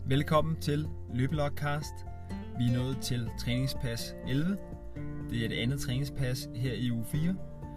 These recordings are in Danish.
Velkommen til Løbelogcast. Vi er nået til træningspas 11. Det er det andet træningspas her i uge 4.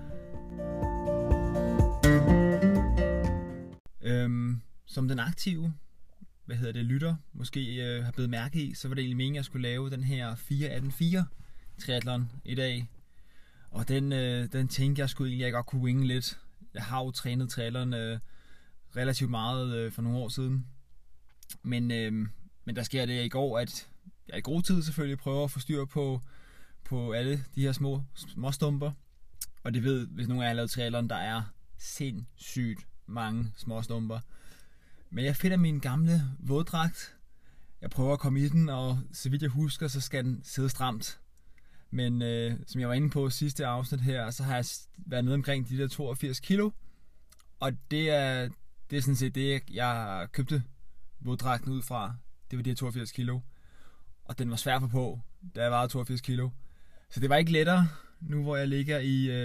Som den aktive lytter måske har blevet mærke i, så var det egentlig meningen, at jeg skulle lave den her 4:18:4 triathlon i dag. Og den tænkte jeg skulle egentlig, at jeg godt kunne winge lidt. Jeg har jo trænet triathlon relativt meget for nogle år siden. Men der sker det i går, at jeg i god tid selvfølgelig prøver at få styr på alle de her små stumper. Og det ved, hvis nogen af jer har lavet triathlon, der er sindssygt mange små stumper. Men jeg finder min gamle våddragt. Jeg prøver at komme i den, og så vidt jeg husker, så skal den sidde stramt. Men som jeg var inde på sidste afsnit her, så har jeg været nede omkring de der 82 kilo. Og det er sådan set det, jeg købte våddragten ud fra. Det var de her 82 kilo. Og den var svær at få på, da jeg vejede 82 kilo. Så det var ikke lettere, nu hvor jeg ligger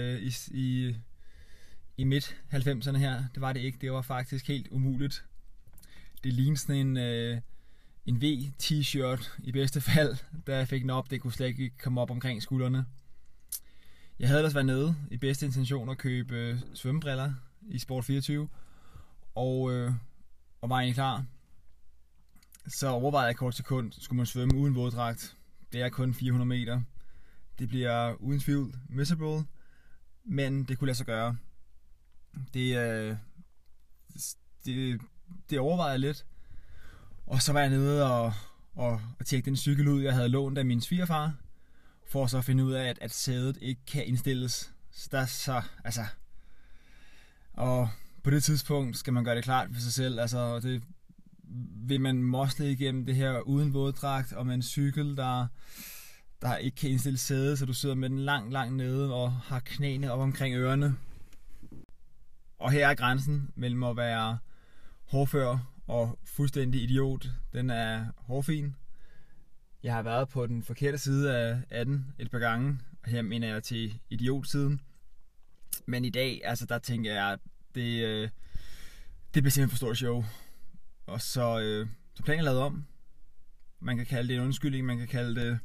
i midt 90'erne her. Det var det ikke. Det var faktisk helt umuligt. Det lignede sådan en V-t-shirt i bedste fald, da jeg fik den op. Det kunne slet ikke komme op omkring skuldrene. Jeg havde ellers været nede i bedste intention at købe svømmebriller i Sport 24. Og var egentlig klar. Så overvejede jeg kort sekund, skulle man svømme uden våddragt. Det er kun 400 meter. Det bliver uden tvivl miserable, men det kunne lade sig gøre. Det overvejede jeg lidt. Og så var jeg nede og tjekke den cykel ud, jeg havde lånt af min svigerfar, for så at finde ud af, at sædet ikke kan indstilles. Og på det tidspunkt skal man gøre det klart for sig selv. Altså, det vil man mosle igennem det her uden våddragt, og med en cykel, der ikke kan indstille sædet, så du sidder med den langt nede og har knæene op omkring ørerne. Og her er grænsen mellem at være hårdfør og fuldstændig idiot. Den er hårfin. Jeg har været på den forkerte side af den et par gange, og her mener jeg til idiotsiden. Men i dag, altså der tænker jeg, at det bliver simpelthen for stort show. Og så planen er lavet om. Man kan kalde det en undskyldning, man kan kalde det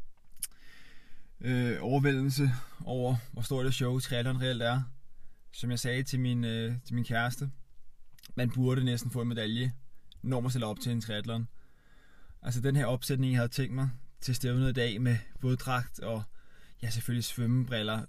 overvældelse over, hvor stort det show triathlon reelt er. Som jeg sagde til min kæreste, man burde næsten få en medalje, når man stiller op til en triathlon. Altså den her opsætning, jeg havde tænkt mig til stævnet i dag med våddragt og selvfølgelig svømmebriller,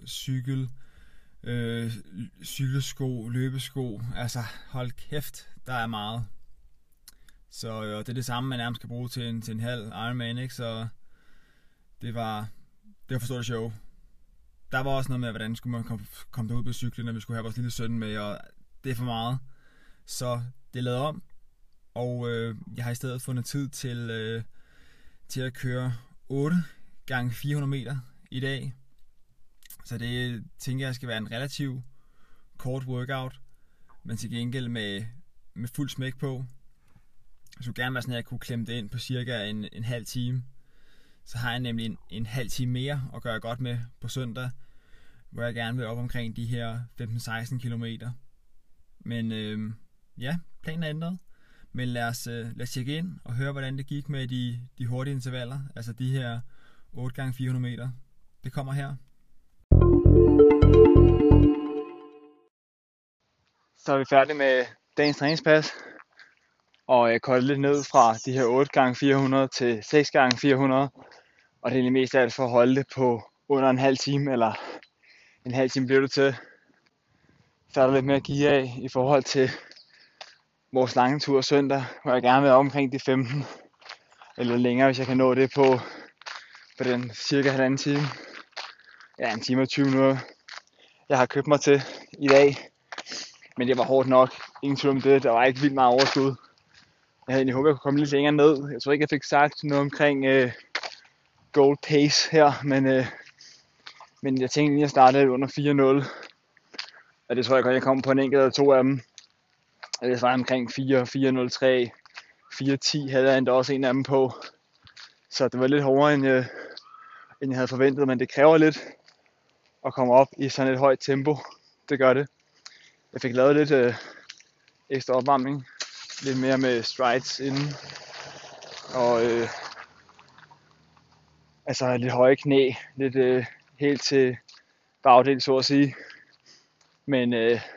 cykelsko, løbesko. Altså hold kæft, der er meget. Så det er det samme, man nærmest skal bruge til en halv Ironman, ikke? Så det var for stort show. Der var også noget med, hvordan skulle man komme derud på cyklen, når vi skulle have vores lille søn med, og det er for meget. Så det er lavet om, og jeg har i stedet fundet tid til at køre 8 gange 400 meter i dag. Så det tænker jeg skal være en relativt kort workout, men til gengæld med fuld smæk på. Det skulle gerne være sådan, at jeg kunne klemme det ind på cirka en halv time. Så har jeg nemlig en halv time mere at gøre godt med på søndag, hvor jeg gerne vil op omkring de her 15-16 kilometer. Men planen er ændret. Men lad os tjekke ind og høre, hvordan det gik med de hurtige intervaller. Altså de her 8 gange 400 meter. Det kommer her. Så er vi færdige med dagens træningspas. Og jeg kortede lidt ned fra de her 8 gange 400 til 6 gange 400. Og det er egentlig mest af alt for at holde det på under en halv time, eller en halv time blev det til. Så er der lidt mere at give af i forhold til vores lange tur søndag, hvor jeg gerne vil op omkring de 15 eller længere, hvis jeg kan nå det på den cirka halvanden time. Ja, en time og 20 minutter. Jeg har købt mig til i dag, men det var hårdt nok. Ingen tvivl om det. Der var ikke vildt meget overskud. Jeg havde egentlig håbet, at jeg kunne komme lidt længere ned. Jeg tror ikke, jeg fik sagt noget omkring goal pace her, men jeg tænkte lige at starte under 4.0. Og det tror jeg godt, jeg kom på en enkelt eller to af dem. Og det var omkring 4.03, 4.10 havde jeg endda også en af dem på. Så det var lidt hårdere, end jeg havde forventet, men det kræver lidt at komme op i sådan et højt tempo. Det gør det. Jeg fik lavet lidt ekstra opvarmning. Lidt mere med strides inden. Og altså lidt høje knæ, lidt helt til bagdel, så at sige. Men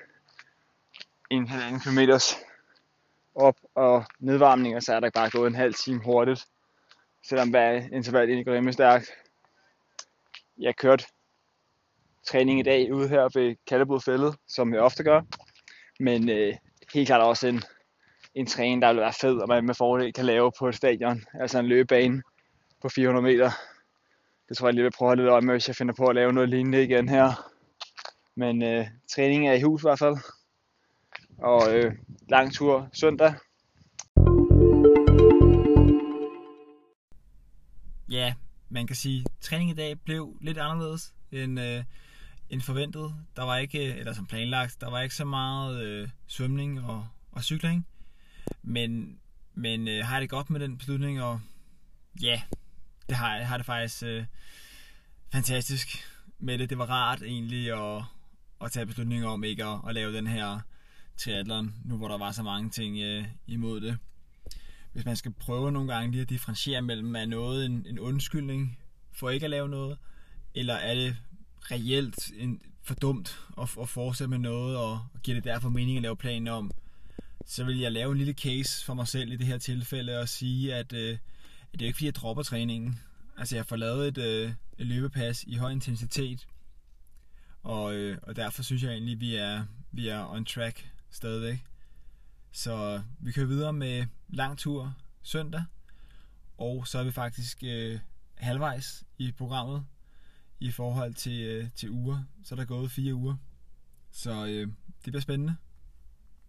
1,5 kilometers op- og nedvarmninger, så er der bare gået en halv time hurtigt. Selvom hver interval egentlig går rimelig stærkt. Jeg kørte træning i dag ude her ved Kalvebod Fælled, som jeg ofte gør. Men helt klart også en træning, der vil være fed, og man med fordel kan lave på et stadion. Altså en løbebane på 400 meter. Det tror jeg lige vil prøve at holde lidt øje med, hvis jeg finder på at lave noget lignende igen her. Men træning er i hus i hvert fald. Og lang tur søndag. Ja, man kan sige, at træning i dag blev lidt anderledes end forventet. Der var ikke, eller som planlagt, der var ikke så meget svømning og cykling. Men har jeg det godt med den beslutning, og ja, det har det faktisk fantastisk med det. Det var rart egentlig at tage beslutninger om ikke at lave den her triathlon, nu hvor der var så mange ting imod det. Hvis man skal prøve nogle gange lige at differentiere mellem, er noget en undskyldning for ikke at lave noget, eller er det reelt for dumt at fortsætte med noget, og giver det derfor mening at lave planen om, så vil jeg lave en lille case for mig selv i det her tilfælde og sige, at det er ikke fordi jeg dropper træningen. Altså jeg får lavet et løbepas i høj intensitet, og derfor synes jeg egentlig, vi er on track stadigvæk. Så vi kører videre med lang tur søndag, og så er vi faktisk halvvejs i programmet i forhold til uger. Så er der gået 4 uger, så det bliver spændende.